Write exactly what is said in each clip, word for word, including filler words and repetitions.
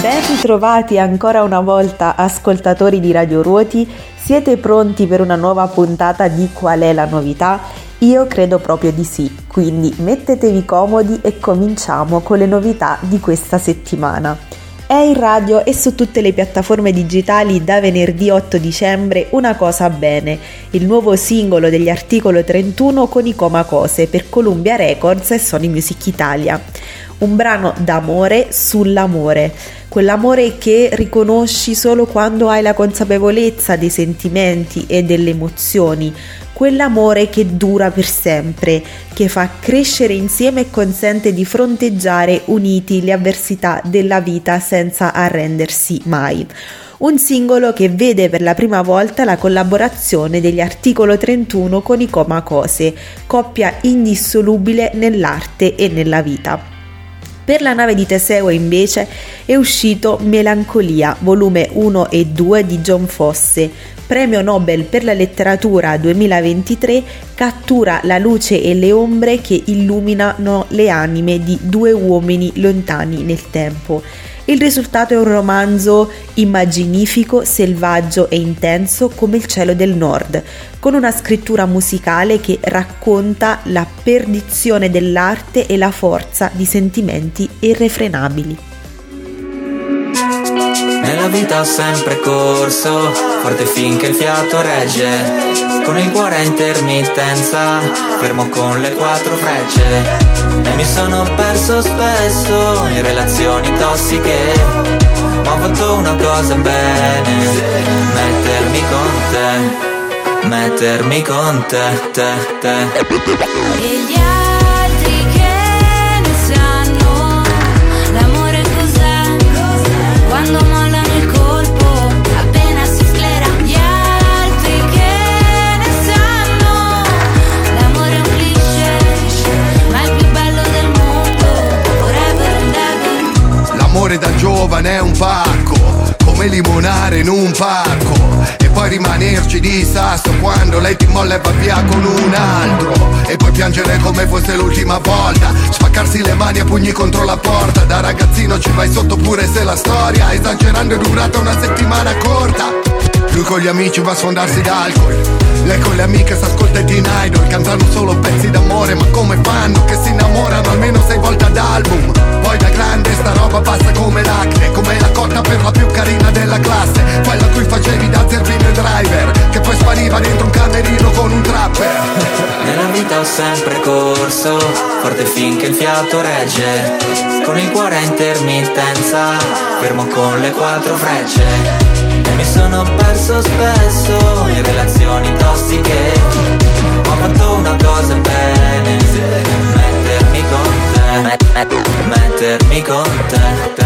Ben ritrovati ancora una volta ascoltatori di Radio Ruoti, siete pronti per una nuova puntata di Qual è la novità? Io credo proprio di sì, quindi mettetevi comodi e cominciamo con le novità di questa settimana. È in radio e su tutte le piattaforme digitali da venerdì otto dicembre Una cosa bene, il nuovo singolo degli Articolo trentuno con i Comacose per Columbia Records e Sony Music Italia. Un brano d'amore sull'amore, quell'amore che riconosci solo quando hai la consapevolezza dei sentimenti e delle emozioni, quell'amore che dura per sempre, che fa crescere insieme e consente di fronteggiare uniti le avversità della vita senza arrendersi mai. Un singolo che vede per la prima volta la collaborazione degli Articolo trentuno con i Comacose, coppia indissolubile nell'arte e nella vita. Per la nave di Teseo invece è uscito Melancolia, volume uno e due di John Fosse, premio Nobel per la letteratura duemilaventitré, cattura la luce e le ombre che illuminano le anime di due uomini lontani nel tempo. Il risultato è un romanzo immaginifico, selvaggio e intenso come il cielo del nord, con una scrittura musicale che racconta la perdizione dell'arte e la forza di sentimenti irrefrenabili. Nella vita ho sempre corso, forte finché il fiato regge, con il cuore a intermittenza, fermo con le quattro frecce. E mi sono perso spesso in relazioni tossiche, ma ho fatto una cosa bene, mettermi con te, mettermi con te, te, te. E gli altri che ne sanno, l'amore cos'è, quando mollano il colpo, appena si sclera. Gli altri che ne sanno, l'amore è un cliché, ma è il più bello del mondo, forever and ever. L'amore da giovane è un pacco, come limonare in un parco, e poi rimanerci di sasso quando lei ti molla e va via con un altro, e poi piangere come fosse l'ultima volta, spaccarsi le mani a pugni contro la porta. Da ragazzino ci vai sotto pure se la storia, esagerando, è durata una settimana corta. Lui con gli amici va a sfondarsi d'alcol, lei con le amiche s'ascolta i Teen Idol, cantano solo pezzi d'amore, ma come fanno che si innamorano almeno sei volte ad album? Poi da grande sta roba passa come l'acne, come la cotta per la più carina della classe, quella a cui facevi da zerbino e driver, che poi spariva dentro un camerino con un trapper. Nella vita ho sempre corso, forte finché il fiato regge, con il cuore a intermittenza, fermo con le quattro frecce. E mi sono perso spesso in relazioni tossiche, ho fatto una cosa bene, mettermi con te, mettermi con te, te,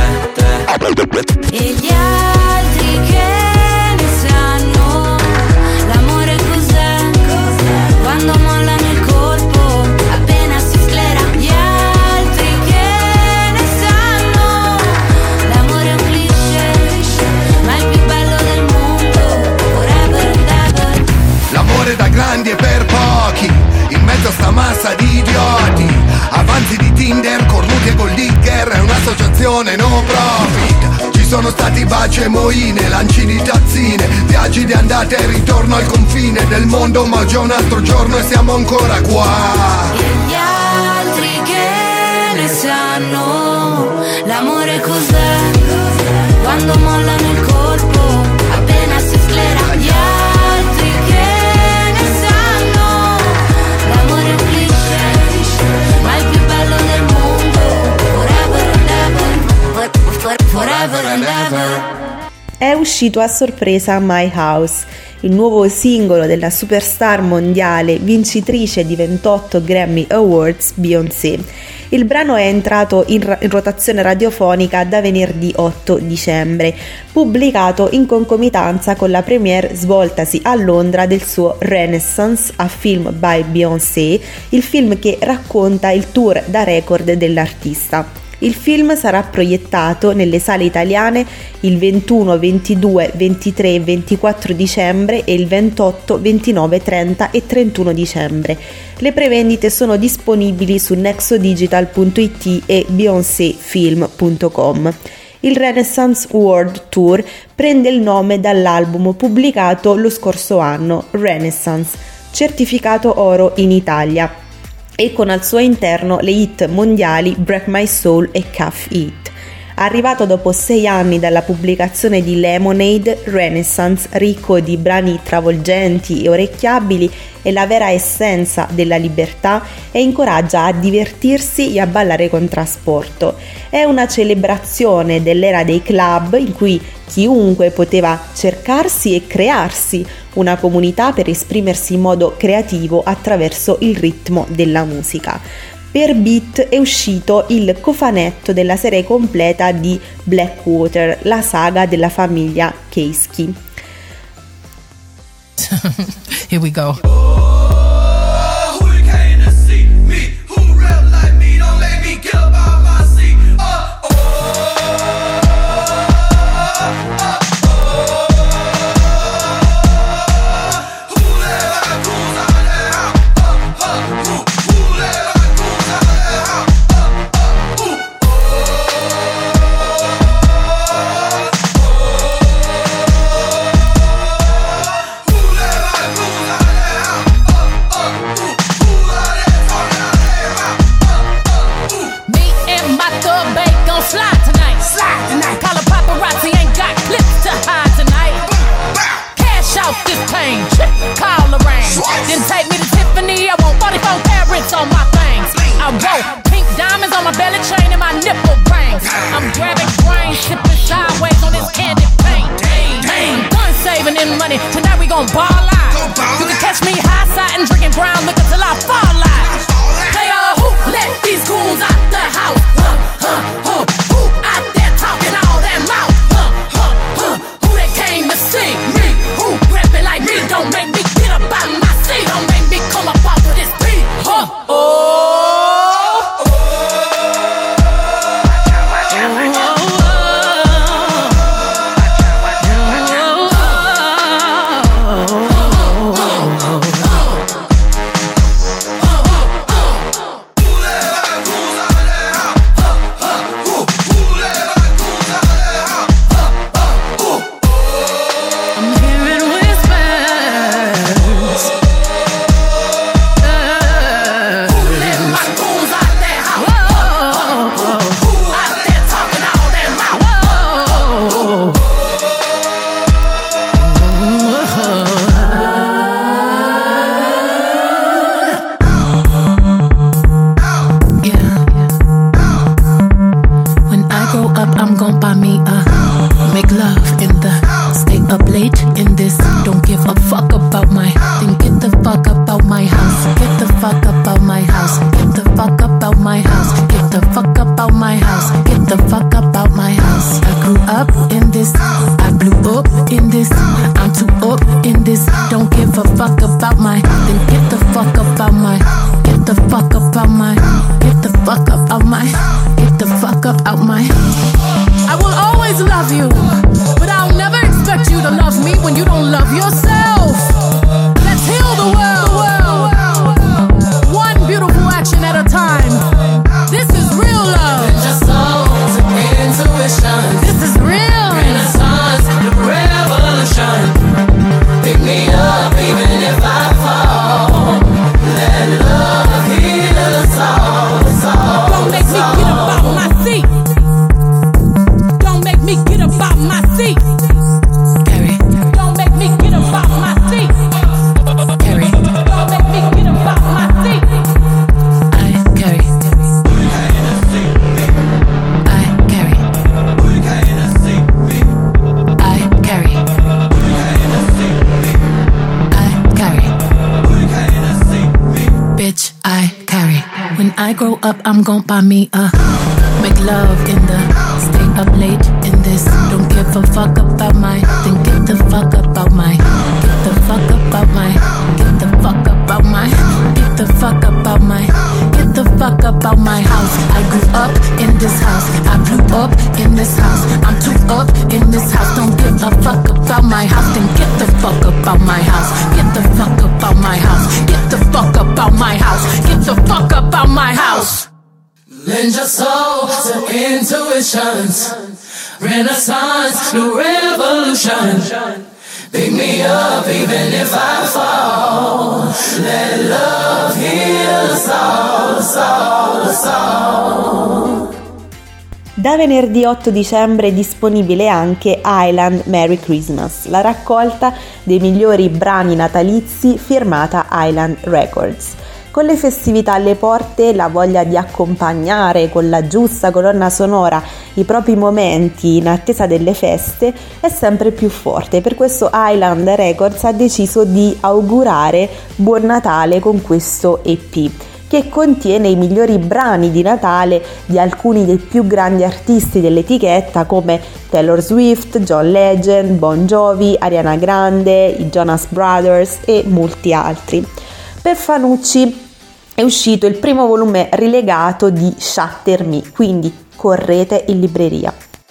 te. E gli altri che ne sanno, l'amore cos'è, quando mollano il colpo, appena si sclera. Gli altri che ne sanno, l'amore è un cliché, ma è il più bello del mondo, forever and ever. L'amore da grandi e per pochi, in mezzo a sta massa di idioti, avanzi di Tinder, cornuti e gold digger, è un'associazione no profit. Ci sono stati baci e moine, lanci di tazzine, viaggi di andata e ritorno al confine del mondo, ma oggi è un altro giorno e siamo ancora qua. E gli altri che ne sanno, l'amore cos'è, quando mollano il colpo, appena si sclera. Gli altri che ne sanno, l'amore è un cliché, ma è il più bello del mondo, forever and ever, forever and ever. È uscito a sorpresa My House, il nuovo singolo della superstar mondiale vincitrice di ventotto Grammy Awards Beyoncé. Il brano è entrato in, ra- in rotazione radiofonica da venerdì otto dicembre, pubblicato in concomitanza con la premiere svoltasi a Londra del suo Renaissance a Film by Beyoncé, il film che racconta il tour da record dell'artista. Il film sarà proiettato nelle sale italiane il ventuno, ventidue, ventitré e ventiquattro dicembre e il ventotto, ventinove, trenta e trentuno dicembre. Le prevendite sono disponibili su nexodigital punto it e beyoncéfilm punto com. Il Renaissance World Tour prende il nome dall'album pubblicato lo scorso anno, Renaissance, certificato oro in Italia, e con al suo interno le hit mondiali Break My Soul e Cuff It. Arrivato dopo sei anni dalla pubblicazione di Lemonade, Renaissance, ricco di brani travolgenti e orecchiabili, è la vera essenza della libertà e incoraggia a divertirsi e a ballare con trasporto. È una celebrazione dell'era dei club in cui chiunque poteva cercarsi e crearsi una comunità per esprimersi in modo creativo attraverso il ritmo della musica. Per Beat è uscito il cofanetto della serie completa di Blackwater, la saga della famiglia Keiski. Here we go. I'm gon' buy me a make love in the stay up late in this. Don't give a fuck about my then get the fuck about my get the fuck about my get the fuck about my get the fuck about my get the fuck about my house. I grew up in this house. I blew up in this house. I'm too up in this house. Don't give a fuck about my house. Then get the fuck about my house. Get the fuck about my house. Get the fuck about my house. Get the fuck about my house. Lend your soul to intuitions. Renaissance, new revolution. Pick me up even if I fall. Let love heal us all, us all, us all. Da venerdì otto dicembre è disponibile anche Island Merry Christmas, la raccolta dei migliori brani natalizi firmata Island Records. Con le festività alle porte, la voglia di accompagnare con la giusta colonna sonora i propri momenti in attesa delle feste è sempre più forte. Per questo Island Records ha deciso di augurare Buon Natale con questo E P, che contiene i migliori brani di Natale di alcuni dei più grandi artisti dell'etichetta come Taylor Swift, John Legend, Bon Jovi, Ariana Grande, i Jonas Brothers e molti altri. Per Fanucci è uscito il primo volume rilegato di Shatter Me, quindi correte in libreria.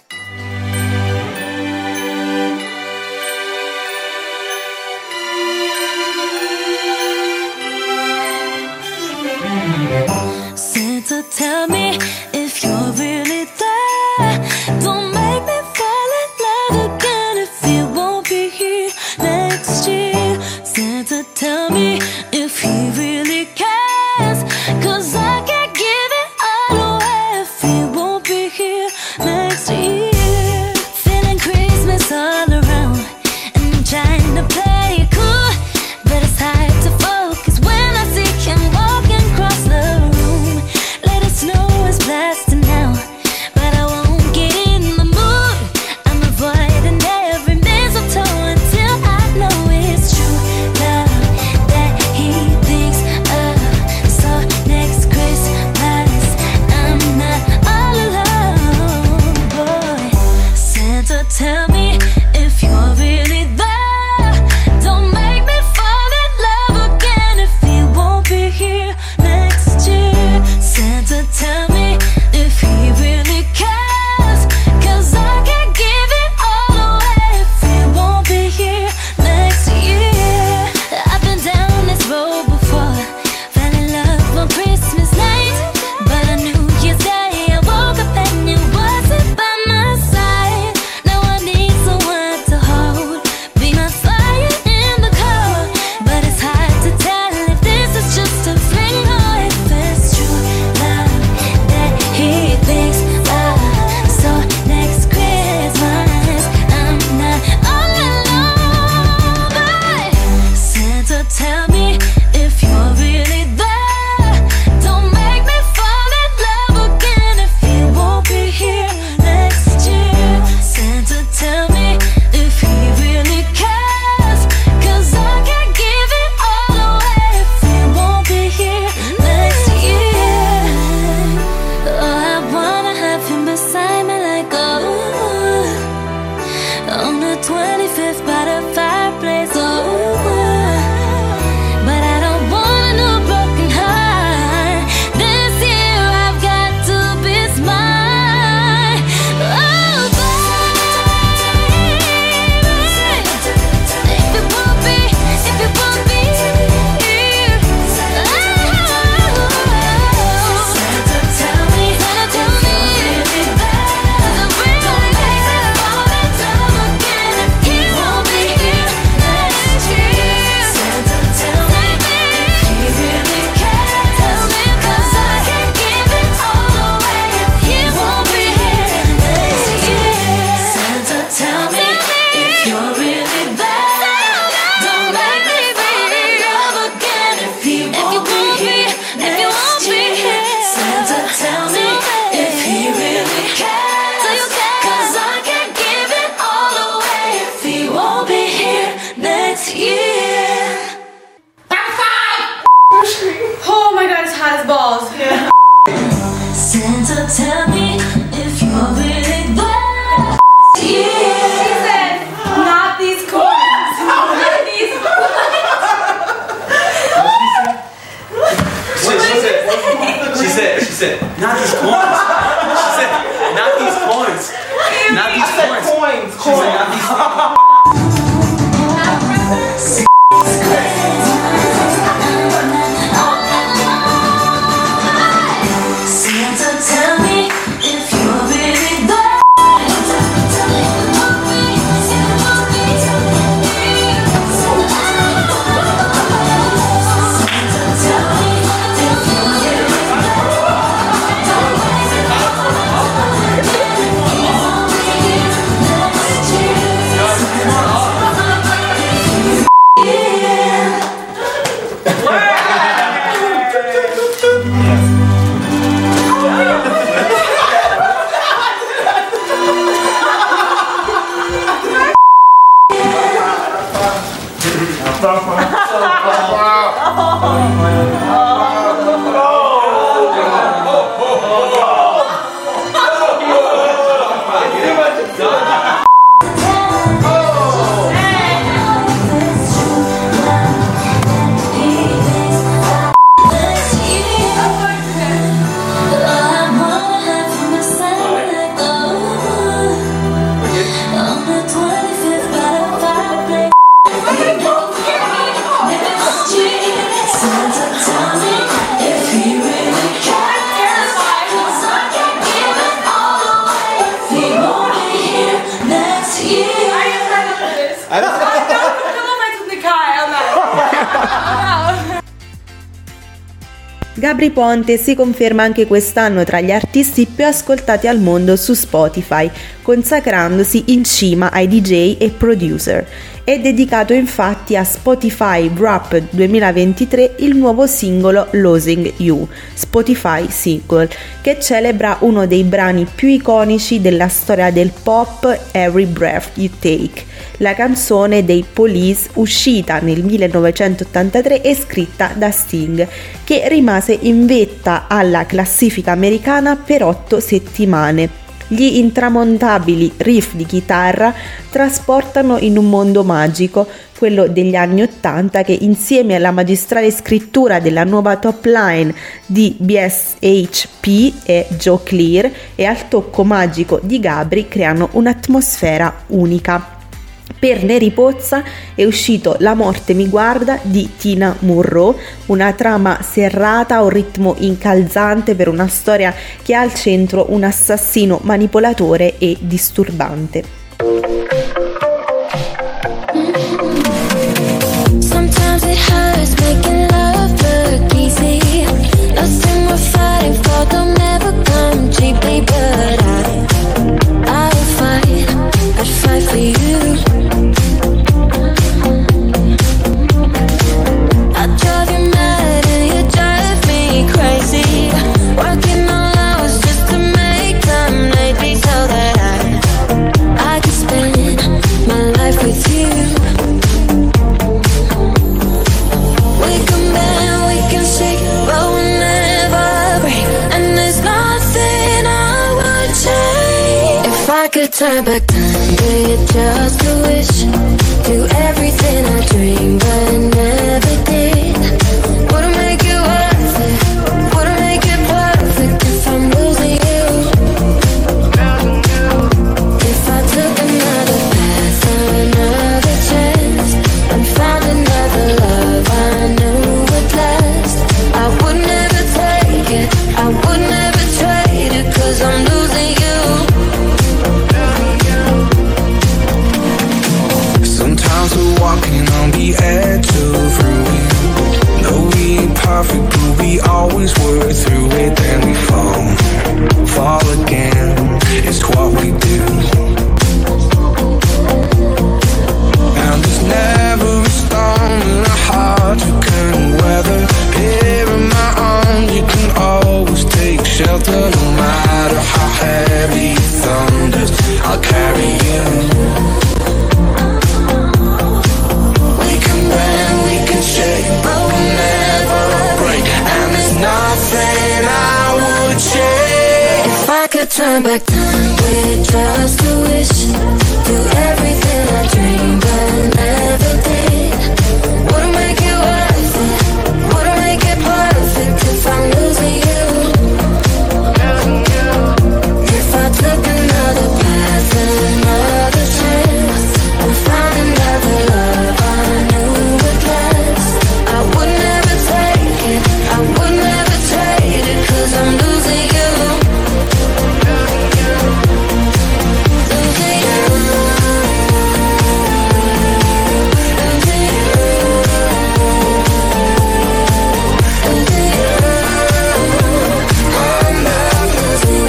Santa, tell me if you're really there. Don't make me fall in love again if you won't be here next year. Santa, tell me if he really cares, 'cause I can't give it all away if he won't be here next year. Feeling Christmas all around, and I'm trying to play it cool, but it's hard to focus when I see him walking across the room. Let it snow is blasting now, but I won't get in the mood. I'm avoiding every mistletoe until I know it's true love that he thinks of. So next Christmas I'm not all alone, boy. Santa, tell me if you're really there. Don't make me fall in love again if he won't be here next year. Santa, tell me if he really cares, 'cause I can't give it all away if he won't be here next year. I've been down this road before, fell in love on Christmas night, but on New Year's Day I woke up and you wasn't by my side. Now I need someone to hold, be my fire in the cold, but it's hard to tell if this is just a fling or if it's true love that he thinks of. So next Christmas I'm not all alone, but Santa, tell me if you're really there. Don't make me fall in love again if he won't be here next year. Santa, tell me if he really cares, 'cause I can't give it all away if he won't be here next year. Oh, I wanna have him beside me like oh, on the twenty-fifth by the fireplace, oh, but I don't want a new broken heart. This year I've got to be smart. Oh, baby, if it won't be, if it won't be here, oh, Santa, tell me, Santa, tell me, really bad. Don't make me fall in love again if he won't be here next year. Santa, tell me if he really cares. Tell me, 'cause I can't give it all away if he won't be here next year. Santa, tell me if you're really there. Don't make me fall in love again if he won't be here next year. Santa, tell me if he really cares, 'cause I can't give it all away if he won't be here next year. Oh my god, it's hot as balls. Santa, tell me if you're really there. Yeah. She said, not these coins. Not these Wait, she said, she said, she said, not these coins. She said, not these coins. Not these coins. coins. She said, not these coins. Santa, tell me if you're really there. Gabry Ponte si conferma anche quest'anno tra gli artisti più ascoltati al mondo su Spotify, consacrandosi in cima ai D J e producer. È dedicato infatti a Spotify Wrapped duemilaventitré il nuovo singolo Losing You, Spotify Single, che celebra uno dei brani più iconici della storia del pop, Every Breath You Take, la canzone dei Police uscita nel millenovecentottantatré e scritta da Sting, che rimase in vetta alla classifica americana per otto settimane. Gli intramontabili riff di chitarra trasportano in un mondo magico, quello degli anni ottanta, che insieme alla magistrale scrittura della nuova top line di B S H P e Joe Clear e al tocco magico di Gabry creano un'atmosfera unica. Per Neri Pozza è uscito La morte mi guarda di Tina Murrow, una trama serrata, un ritmo incalzante per una storia che ha al centro un assassino manipolatore e disturbante. Sometimes it hurts making love look easy. Nothing we're fighting for don't ever come cheaply, but I, I will fight, I'd fight for you. Working all hours just to make time lately so that I, I can spend my life with you. We can bend, we can shake, but we'll never break. And there's nothing I would change. If I could turn back time, do it just a wish. Do everything I dreamed but never did. Wouldn't make it worth it, wouldn't make it perfect if I'm losing you. If I took another path, another chance, and found another love I knew would last, I would never take it, I would never trade it, cause I'm losing you. Sometimes we're walking on the edge of ruin. No, we ain't perfect, but we always work through it. Then we fall, fall again. It's what we do. And there's never a storm in a heart you can weather. Here in my arms, you can always take shelter. No matter how heavy it thunders, I'll carry you. But we'll never break, and there's nothing I would change. If I could turn back time with just a wish, do everything I dreamed but never did. Wouldn't make it worth it, wouldn't make it perfect if I'm losing you. If I took another path, another chance, and found another love I knew would last, I would never take it, I would never trade it, cause I'm losing you. Losing you. Losing you. Losing you. I'm not losing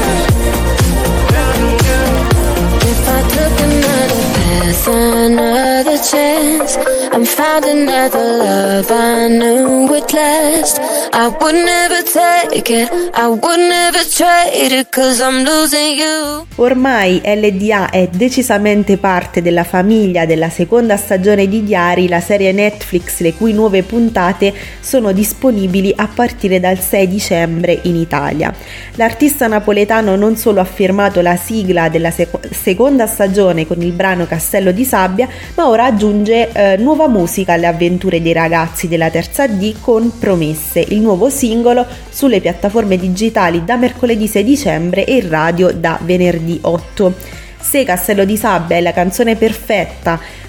you. If I took another path, another chance, and found another love I knew would last, I would never take it, I would never trade it, cause I'm losing you. Ormai L D A è decisamente parte della famiglia della seconda stagione di Diari, la serie Netflix le cui nuove puntate sono disponibili a partire dal sei dicembre in Italia. L'artista napoletano non solo ha firmato la sigla della sec- seconda stagione con il brano Castello di Sabbia, ma ora aggiunge eh, nuova musica alle avventure dei ragazzi della terza D con Promesse, il nuovo singolo sulle piattaforme digitali da mercoledì sei dicembre e in radio da venerdì otto. Se Castello di Sabbia è la canzone perfetta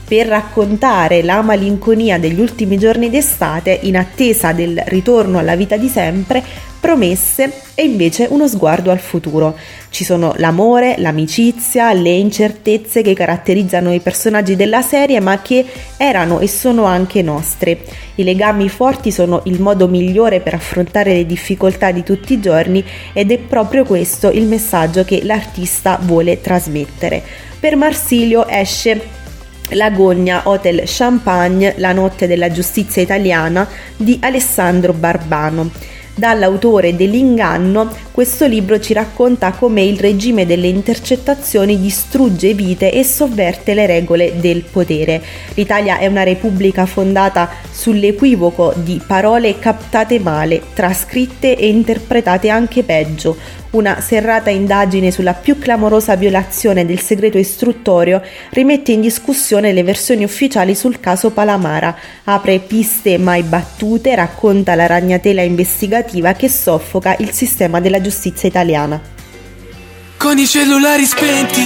per raccontare la malinconia degli ultimi giorni d'estate in attesa del ritorno alla vita di sempre, promesse e invece uno sguardo al futuro. Ci sono l'amore, l'amicizia, le incertezze che caratterizzano i personaggi della serie, ma che erano e sono anche nostre. I legami forti sono il modo migliore per affrontare le difficoltà di tutti i giorni ed è proprio questo il messaggio che l'artista vuole trasmettere. Per Marsilio esce L'agonia Hotel Champagne, la notte della giustizia italiana di Alessandro Barbano. Dall'autore dell'Inganno, questo libro ci racconta come il regime delle intercettazioni distrugge vite e sovverte le regole del potere. L'Italia è una repubblica fondata sull'equivoco di parole captate male, trascritte e interpretate anche peggio. Una serrata indagine sulla più clamorosa violazione del segreto istruttorio rimette in discussione le versioni ufficiali sul caso Palamara, apre piste mai battute, racconta la ragnatela investigativa che soffoca il sistema della giustizia italiana. Con i cellulari spenti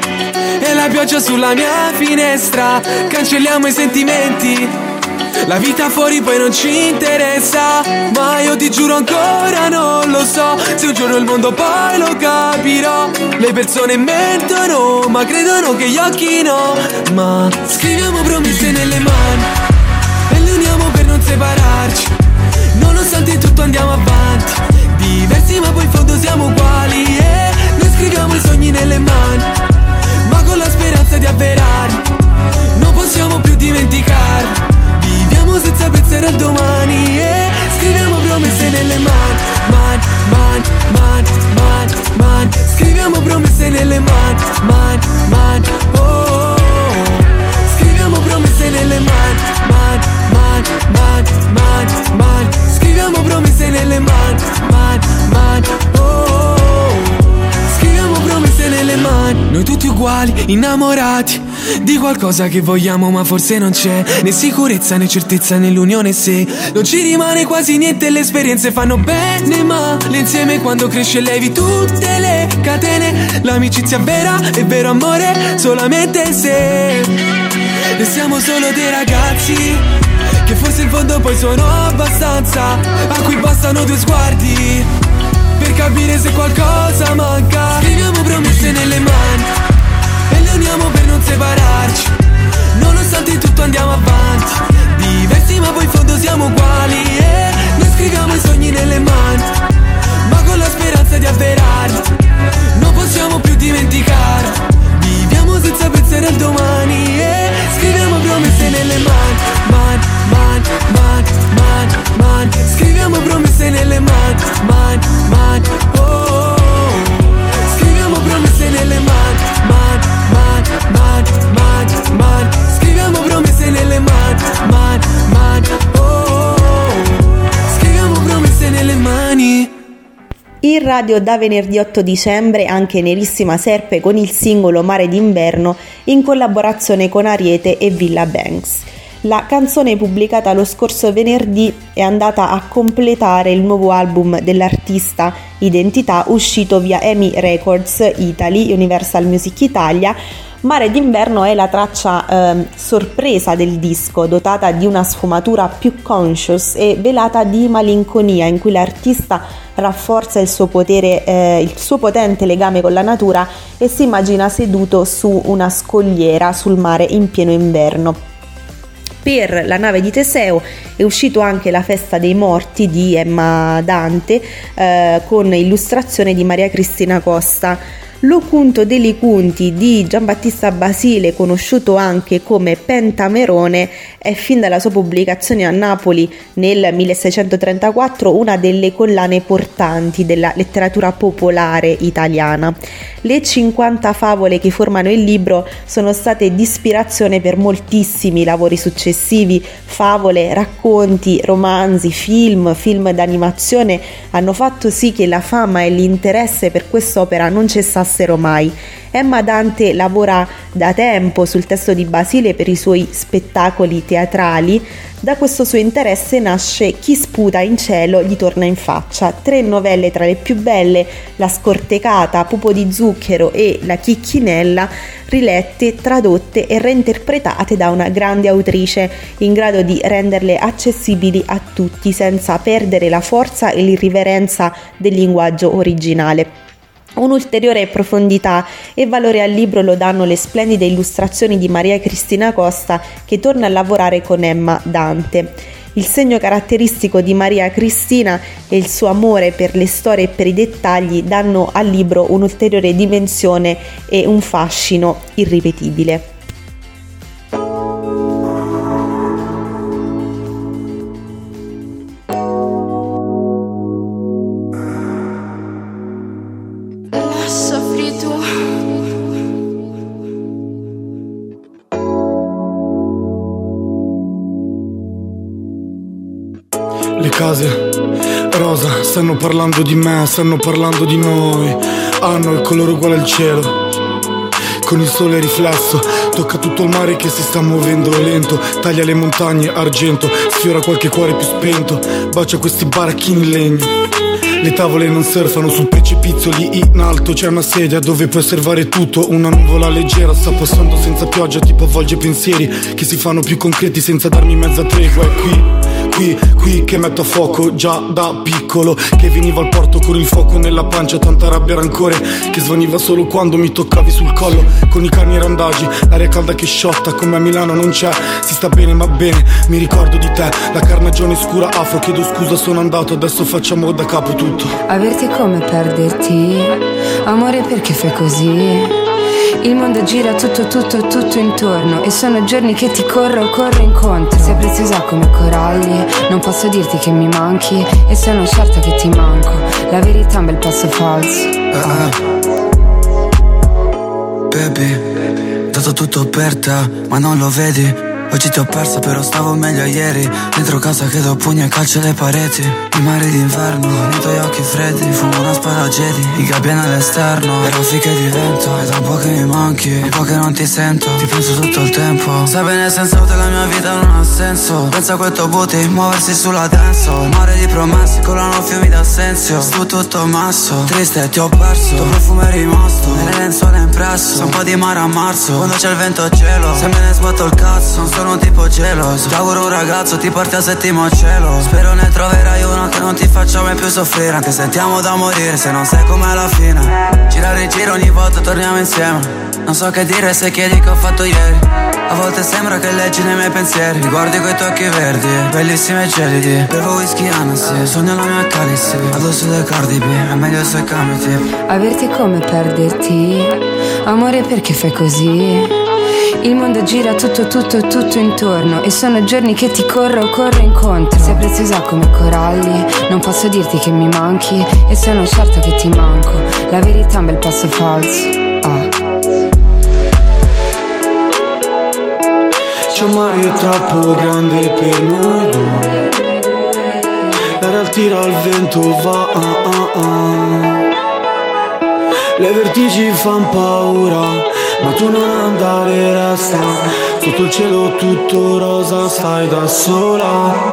e la pioggia sulla mia finestra, cancelliamo i sentimenti. La vita fuori poi non ci interessa, ma io ti giuro ancora non lo so se un giorno il mondo poi lo capirò. Le persone mentono, ma credono che gli occhi no. Ma scriviamo promesse nelle mani e le uniamo per non separarci. Nonostante tutto andiamo avanti, diversi ma poi in fondo siamo uguali. E noi scriviamo i sogni nelle mani, ma con la speranza di avverarli. Non possiamo più dimenticarli, senza pensare a domani. E scriviamo promesse nelle mani, man, man, man, man, man. Scriviamo promesse nelle mani, man, man, oh, oh, oh. Scriviamo promesse nelle mani, man, man, man, man, man. Scriviamo promesse nelle mani, man, man, oh, oh, oh. Scriviamo promesse nelle mani. Noi tutti uguali, innamorati di qualcosa che vogliamo ma forse non c'è, né sicurezza né certezza nell'unione se non ci rimane quasi niente. Le esperienze fanno bene ma l'insieme quando cresce levi tutte le catene. L'amicizia vera e vero amore solamente se e siamo solo dei ragazzi che forse in fondo poi sono abbastanza, a cui bastano due sguardi per capire se qualcosa manca. Scriviamo promesse nelle mani e le uniamo per non separarci. Nonostante tutto andiamo avanti, diversi ma poi in fondo siamo uguali. E noi scriviamo i sogni nelle mani, ma con la speranza di avverarli. Non possiamo più dimenticarli, viviamo senza pensare al domani. E scriviamo promesse nelle mani, man, man, man, man, man. Scriviamo promesse nelle mani, man, man, oh, oh, oh. Scriviamo promesse nelle mani, man, man, man, man, man. Scriviamo promesse nelle mani, man, man, oh, oh, oh. Scriviamo promesse nelle mani. In radio da venerdì otto dicembre anche Nerissima Serpe con il singolo Mare d'inverno in collaborazione con Ariete e Villa Banks. La canzone pubblicata lo scorso venerdì è andata a completare il nuovo album dell'artista Identità, uscito via EMI Records Italy, Universal Music Italia. Mare d'inverno è la traccia eh, sorpresa del disco, dotata di una sfumatura più conscious e velata di malinconia, in cui l'artista rafforza il suo potere, eh, il suo potente legame con la natura e si immagina seduto su una scogliera sul mare in pieno inverno. Per La nave di Teseo è uscito anche La festa dei morti di Emma Dante eh, con illustrazione di Maria Cristina Costa. L'Ocunto dei Cunti di Giambattista Basile, conosciuto anche come Pentamerone, è fin dalla sua pubblicazione a Napoli nel milleseicentotrentaquattro una delle collane portanti della letteratura popolare italiana. Le cinquanta favole che formano il libro sono state di ispirazione per moltissimi lavori successivi. Favole, racconti, romanzi, film, film d'animazione hanno fatto sì che la fama e l'interesse per quest'opera non cessasse cessassero mai. Emma Dante lavora da tempo sul testo di Basile per i suoi spettacoli teatrali. Da questo suo interesse nasce Chi sputa in cielo gli torna in faccia, tre novelle tra le più belle, La scortecata, Pupo di zucchero e La chicchinella, rilette, tradotte e reinterpretate da una grande autrice in grado di renderle accessibili a tutti senza perdere la forza e l'irriverenza del linguaggio originale. Un'ulteriore profondità e valore al libro lo danno le splendide illustrazioni di Maria Cristina Costa, che torna a lavorare con Emma Dante. Il segno caratteristico di Maria Cristina e il suo amore per le storie e per i dettagli danno al libro un'ulteriore dimensione e un fascino irripetibile. Le case rosa stanno parlando di me, stanno parlando di noi. Hanno il colore uguale al cielo, con il sole riflesso. Tocca tutto il mare che si sta muovendo lento. Taglia le montagne argento, sfiora qualche cuore più spento. Bacia questi baracchini in legno. Le tavole non surfano sul precipizio, lì in alto c'è una sedia dove puoi osservare tutto. Una nuvola leggera sta passando senza pioggia, tipo avvolge pensieri che si fanno più concreti senza darmi mezza tregua. E qui, qui, qui che metto a fuoco già da piccolo, che veniva al porto con il fuoco nella pancia, tanta rabbia e rancore che svaniva solo quando mi toccavi sul collo. Con i cani randagi, l'aria calda che sciotta, come a Milano non c'è, si sta bene ma bene, mi ricordo di te, la carnagione scura afro, chiedo scusa sono andato, adesso facciamo da capo tutto. Averti è come perderti, amore perché fai così? Il mondo gira tutto tutto tutto intorno e sono giorni che ti corro corro incontro. Sei preziosa come coralli, non posso dirti che mi manchi e sono certa che ti manco. La verità è un bel passo falso. uh-uh. Baby, dato tutto per te, ma non lo vedi. Oggi ti ho perso però stavo meglio ieri. Dentro casa che do pugno e calcio le pareti. I mari d'inverno, nei tuoi occhi freddi. Fumo una spada a Jedi, i gabbiani all'esterno. E raffiche di vento, è da un po' che mi manchi. Un po' che non ti sento, ti penso tutto il tempo. Sai bene senza te la mia vita non ha senso. Pensa a quel tuo booty, muoversi sulla denso. Mare di promesse, colano fiumi d'assenzio. Sto tutto masso, triste ti ho perso. Tuo profumo è rimasto, nelle lenzuola impresso. Sa un po' di mare a marzo, quando c'è il vento a cielo. Se me ne sbatto il cazzo, sono un tipo geloso. Ti auguro un ragazzo, ti porti al settimo cielo. Spero ne troverai uno che non ti faccia mai più soffrire. Anche se sentiamo da morire, se non sai com'è la fine. Girare in giro ogni volta torniamo insieme. Non so che dire se chiedi che ho fatto ieri. A volte sembra che leggi nei miei pensieri. Mi guardi coi tuoi occhi verdi, bellissimi e gelidi. Bevo whisky Hennessy, sogno la mia calice. Addosso dei Cardi B, è meglio se cambi. Averti è come perderti, amore perché fai così? Il mondo gira tutto tutto tutto intorno e sono giorni che ti corro corro incontro. Sei preziosa come coralli, non posso dirti che mi manchi e sono certa che ti manco. La verità è un bel passo falso. Ah. C'è un mare è troppo grande per noi due. L'aria tira al vento va ah, ah, ah. Le vertigini fan paura, ma tu non andare resta. Sotto il cielo tutto rosa, stai da sola.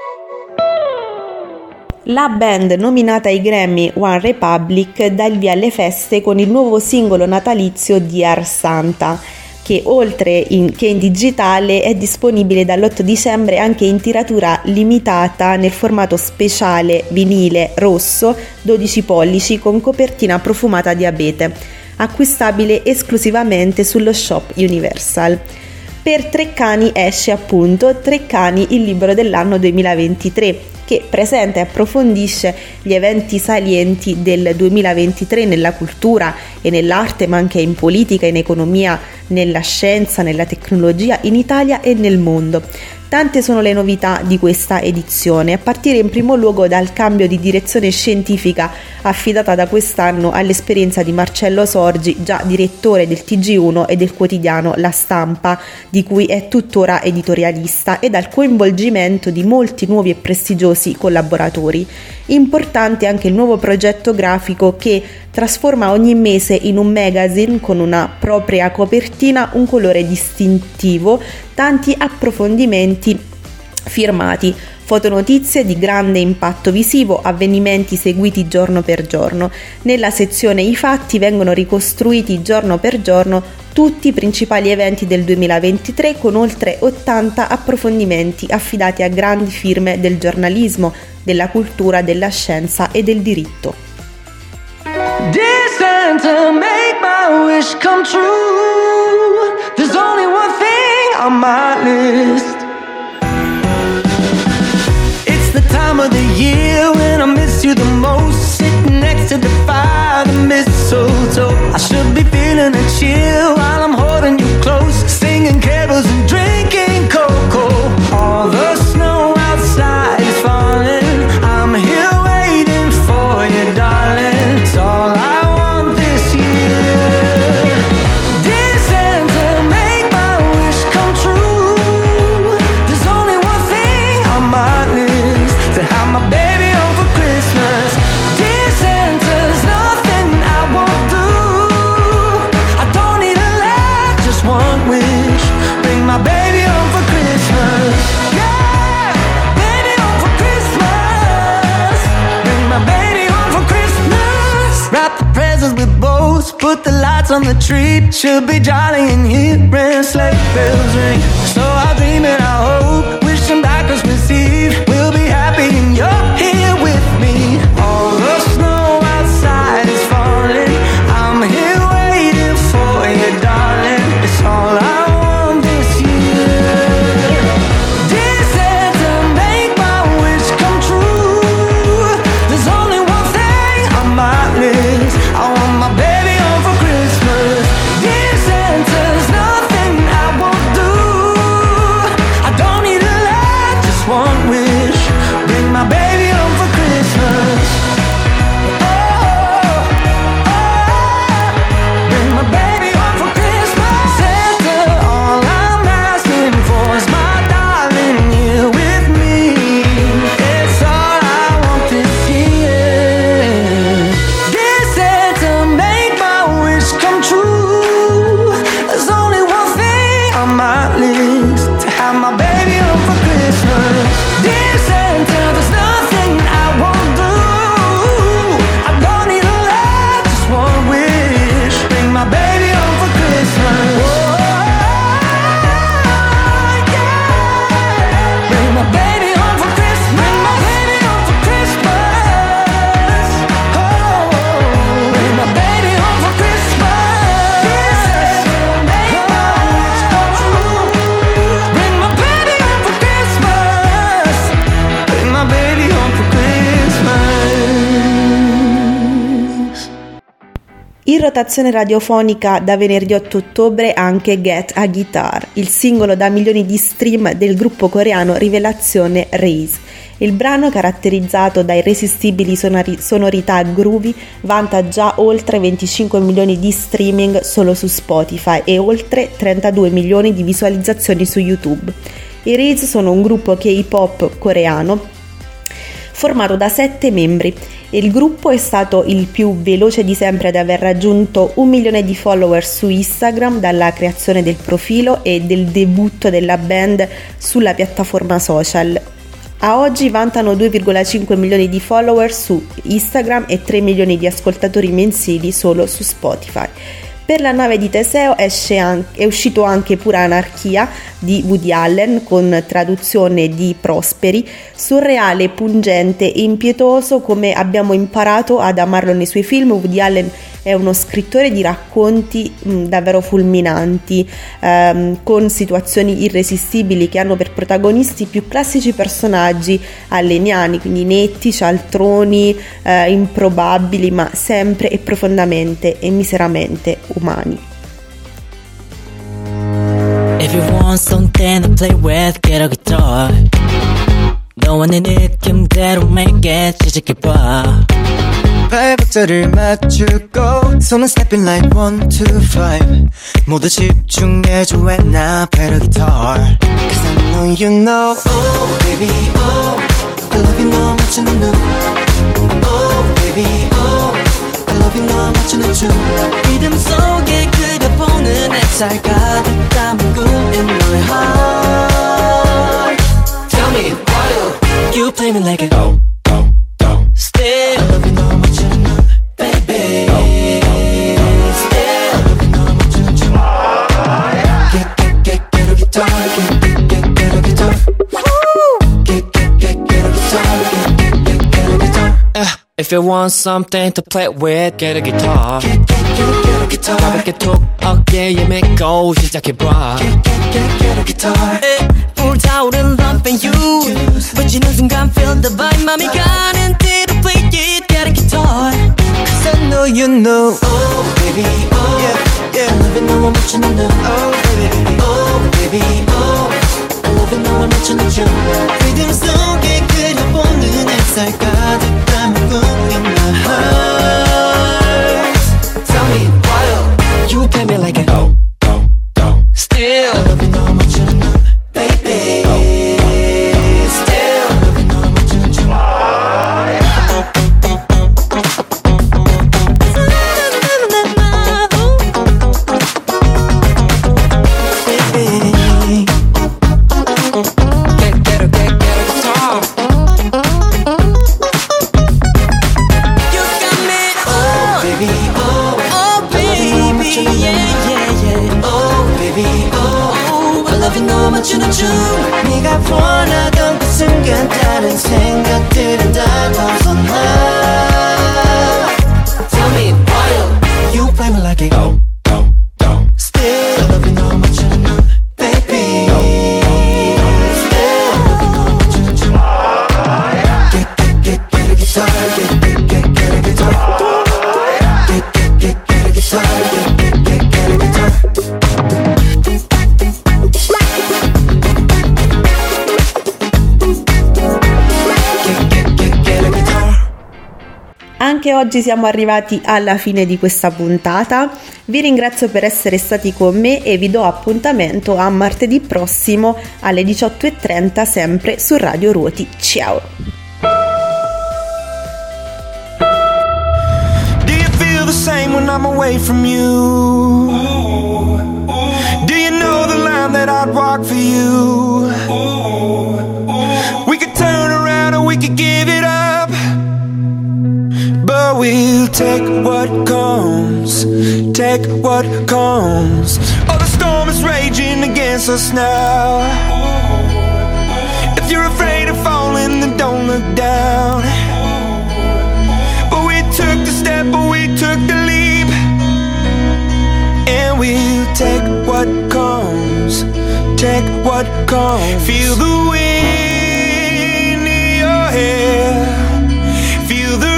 La band nominata ai Grammy One Republic dà il via alle feste con il nuovo singolo natalizio Dear Santa, che oltre in, che in digitale è disponibile dall'otto dicembre anche in tiratura limitata nel formato speciale vinile rosso dodici pollici con copertina profumata di abete, acquistabile esclusivamente sullo shop Universal. Per Treccani esce appunto Treccani, il libro dell'anno duemilaventitré, che presenta e approfondisce gli eventi salienti del duemilaventitré nella cultura e nell'arte, ma anche in politica, in economia, nella scienza, nella tecnologia, in Italia e nel mondo. Tante sono le novità di questa edizione, a partire in primo luogo dal cambio di direzione scientifica affidata da quest'anno all'esperienza di Marcello Sorgi, già direttore del T G uno e del quotidiano La Stampa, di cui è tuttora editorialista, e dal coinvolgimento di molti nuovi e prestigiosi collaboratori. Importante anche il nuovo progetto grafico che trasforma ogni mese in un magazine con una propria copertina, un colore distintivo, tanti approfondimenti firmati, fotonotizie di grande impatto visivo, avvenimenti seguiti giorno per giorno. Nella sezione I fatti vengono ricostruiti giorno per giorno tutti i principali eventi del duemilaventitré, con oltre ottanta approfondimenti affidati a grandi firme del giornalismo, della cultura, della scienza e del diritto. Dear Santa, make my wish come true. There's only one thing on my list. It's the time of the year when I miss you the most. Sitting next to the fire, the mistletoe. I should be feeling a chill while I'm holding you close, singing carols and drinking cocoa. All the snow outside is falling. I'm here waiting for you, darling. It's all I want this year. Dear Santa, make my wish come true. There's only one thing on my list, to have my baby home for Christmas. Dear Santa, there's nothing I won't do. I don't need a lot, just one wish. Bring my baby home for Christmas. Yeah, baby home for Christmas. Bring my baby home for Christmas. Wrap the presents with bows, put the lights on the tree. Should be jolly in here and sleigh bells ring. So I'll dream and I hope, wishing back Christmas Eve, we'll be happy and you're here with me. All the snow outside is falling. I'm here waiting for you, darling. It's all I want this year. Dear Santa, make my wish come true. There's only one thing on my list. I want my baby home for Christmas. Dear Santa, there's nothing I won't do. I don't need a lot, just one wish. Bring my baby home for Christmas. Oh, oh, bring my baby home for Christmas. Santa, all I'm asking for is my darling here with me. It's all I want this year. Dear Santa, make my wish come true. There's only one thing on my list, to have my baby home for Christmas. Dear Santa, there's nothing I won't do. I don't need a lot, just one wish. Bring my baby home for Christmas. Oh, yeah. Bring my baby home for Christmas. Bring my baby home for Christmas. Oh, bring my baby home for Christmas. Dear Santa, make my wish come true. Bring my baby home for Christmas. Bring my baby home for Christmas. In rotazione radiofonica da venerdì otto ottobre anche Get a Guitar, il singolo da milioni di stream del gruppo coreano rivelazione Raze. Il brano, caratterizzato da irresistibili sonori- sonorità groovy, vanta già oltre venticinque milioni di streaming solo su Spotify e oltre trentadue milioni di visualizzazioni su YouTube. I Raze sono un gruppo K-pop coreano formato da sette membri e il gruppo è stato il più veloce di sempre ad aver raggiunto un milione di follower su Instagram dalla creazione del profilo e del debutto della band sulla piattaforma social. A oggi vantano due virgola cinque milioni di follower su Instagram e tre milioni di ascoltatori mensili solo su Spotify. Per la nave di Teseo esce anche, è uscito anche Pura Anarchia di Woody Allen, con traduzione di Prosperi, surreale, pungente e impietoso come abbiamo imparato ad amarlo nei suoi film. Woody Allen è uno scrittore di racconti mh, davvero fulminanti, ehm, con situazioni irresistibili che hanno per protagonisti più classici personaggi alleniani, quindi netti, cialtroni, eh, improbabili, ma sempre e profondamente e miseramente umani. If you want something to play with, get a guitar. 너와의 느낌대로 make it 시작해봐. 팔박자를 맞추고 손은 stepping like one, two, five. 모두 집중해줘 when I play the guitar. Cause I know you know. Oh baby oh I love you 너무 맞추는 눈. Oh baby oh I love you 너무 맞추는 춤. 리듬 속에 그려보는 햇살 가득 담은 꿈 in my heart. Tell me why you play me like a go, go, go. Still I love you 너무 맞추는 눈, baby. Still I love you 너무 맞추는 춤. Get, get, get, get a guitar. Get, get, get, get a guitar. Get, get, get, get a guitar. Get, get, get, get a guitar. uh, If you want something to play with, get a guitar. Get, get, get, get a guitar. 가볍게 툭 어깨에 메고 시작해봐. Get, get, get, get a guitar. 불타오른 love and you 외치는 순간 feel the vibe 맘이 가는 대로 play it, get a guitar. Cause I know you know. Oh baby oh yeah, yeah. I love you 너무 맞추는 눈. Oh baby oh baby oh I love you 너무 맞추는 춤. 리듬 속에 그려보는 햇살 가득 담은 꿈 in my heart. Tell me why you play me like a go, go, go. Still I love you 너무 맞추는 눈, baby. Still I love you 너무 맞추는 춤. 맞추는 춤. 네가 원하던 그 순간 다른 생각들은 다 벗어나. Tell me why you play me like a go, go, go. Still I love you 너무 맞추는 눈, baby. Still I love you 너무 맞추는 춤. Get, get, get, get a guitar. Get, get, get, get a guitar. Get, get, get, get a guitar. Get, get, get, get a guitar. Anche oggi siamo arrivati alla fine di questa puntata. Vi ringrazio per essere stati con me e vi do appuntamento a martedì prossimo alle diciotto e trenta sempre su Radio Ruoti. Ciao! Do you feel the same when I'm away from you? Do you know the line that I'd walk for you? We could turn around or we could give it up, but we'll take what comes, take what comes. Oh, the storm is raging against us now. If you're afraid of falling, then don't look down. But we took the step, but we took the leap, and we'll take what comes, take what comes. Feel the wind in your hair. Feel the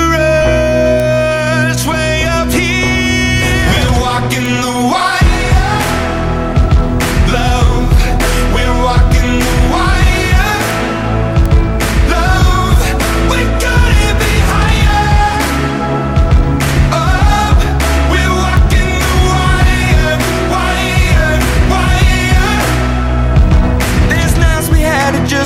just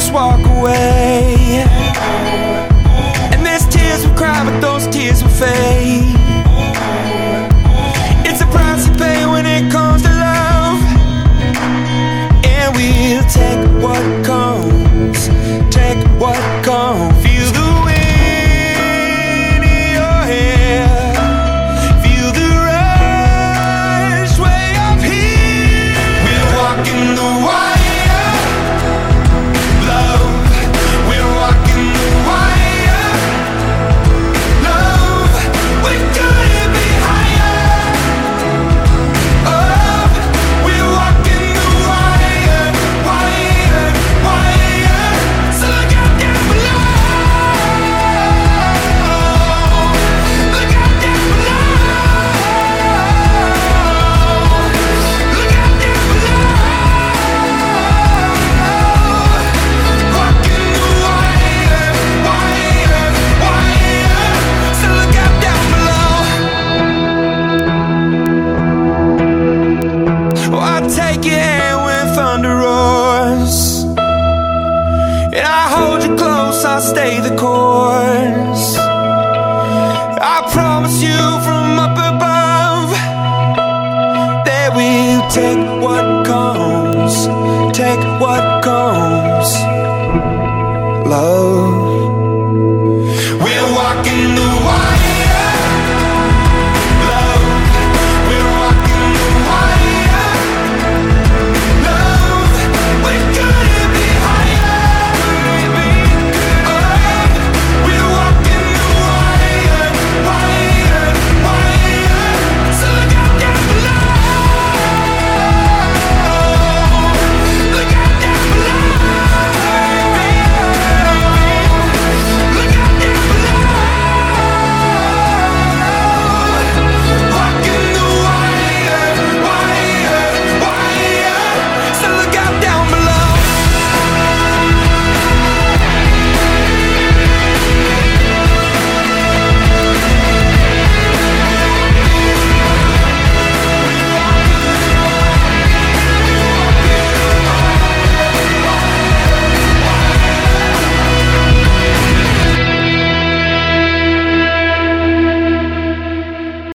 take your hand when thunder roars, and I hold you close, I'll stay the course. I promise you from up above that we'll take what comes, take what comes, love.